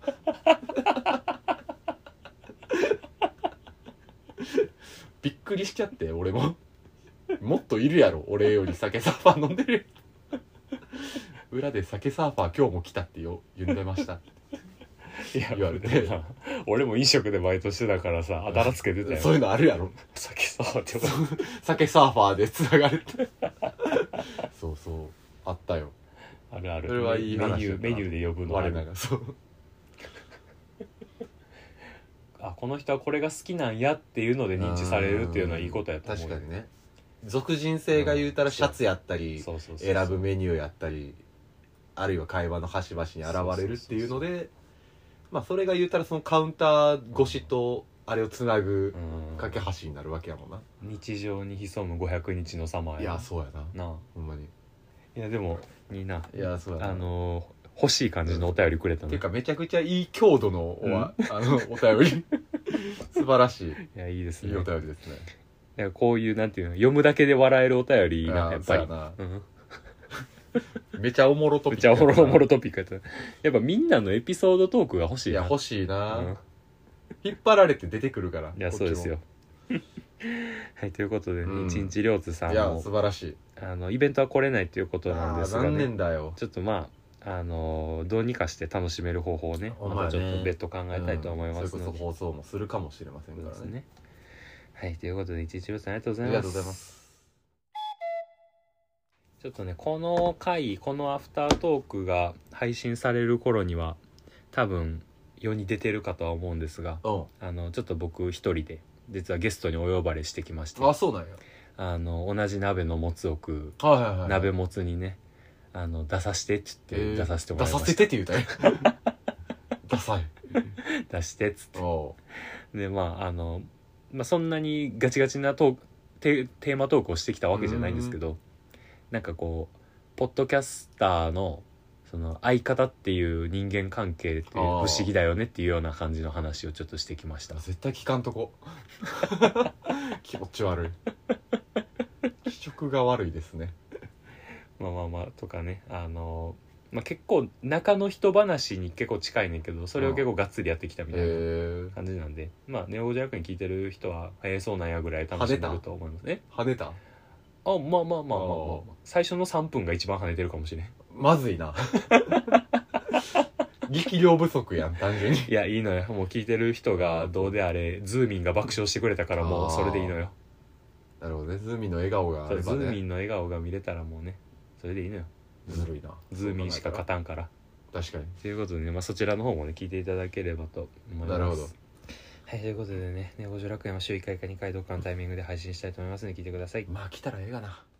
びっくりしちゃって、俺ももっといるやろ俺より酒サーファー飲んでる裏で酒サーファー今日も来たって呼んでましたって言われて、 俺も飲食でバイトしてたからさ、あだ名つけてたよ。 そういうのあるやろ、 酒サーファーって酒サーファーでつながれてそうあったよ、 あるある、 それはいい話だな、 メニューで呼ぶの我ながらこの人はこれが好きなんやっていうので認知されるっていうのはいいことやと思う。 確かにね、属人性が言うたらシャツやったり、選ぶメニューやったり、あるいは会話の端々に現れるっていうので、それが言うたらそのカウンター越しとあれをつなぐ架け橋になるわけやもんな。 日常に潜む500日の様や。 いやそうやな、 ほんまにいやでもいいな。 いやそうだな欲しい感じのお便りくれたの。 ていうかめちゃくちゃいい強度のお便り素晴らしいいやいいですね。 いいお便りですね。 いやこういうなんていうの読むだけで笑えるお便りがやっぱり。 そうやなうんめちゃおもろトピックめっちゃおもろトピックやった。やっぱみんなのエピソードトークが欲しいな。 いや欲しいな、 うん引っ張られて出てくるから。 いやそうですよ。はいということで、 うん一日両津さんいやも素晴らしい。 イベントは来れないということなんですが残ね。 念だよ。 ちょっとまあどうにかして楽しめる方法をねほんまやねまたちょっと別途考えたいと思いますそれので、 こそ放送もするかもしれませんからね。 そうですね。はいということで一日両津さんありがとうございます。 ありがとうございます。 ちょっとねこの回このアフタートークが配信される頃には多分世に出てるかとは思うんですが、 うん。 ちょっと僕一人で実はゲストにお呼ばれしてきまして、 あ、そうなんや。 同じ鍋のもつを食うはいはいはい。 鍋もつにね出させてっつって出させてもらいました。 出させてって言うたよ。ダサい。 出してっつっておでそんなにガチガチなテーマトークをしてきたわけじゃないんですけど、なんかこうポッドキャスターのその相方っていう人間関係って不思議だよねっていうような感じの話をちょっとしてきました。 絶対聞かんとこ。気持ち悪い。気色が悪いですね。 まあとかね結構中の人話に結構近いねんけどそれを結構がっつりやってきたみたいな感じなんで、ネオジャークに聞いてる人はそうなんやぐらい楽しめると思いますね。 跳ねた。 まあ最初の3分が一番跳ねてるかもしれん。 まずいな。力量不足やん単純に。 いやいいのよもう聞いてる人がどうであれズーミンが爆笑してくれたからもうそれでいいのよ。 なるほどね。ズーミンの笑顔があればね。 ズーミンの笑顔が見れたらもうねそれでいいのよ。 ずるいな。 ズーミンしか勝たんから。 確かに。 ということでね、そちらの方もね聞いていただければと思います。 なるほど。 はいということでね、ネオ五条楽園は週1回か2回どっかのタイミングで配信したいと思いますので聞いてください。 まあ来たらええがな。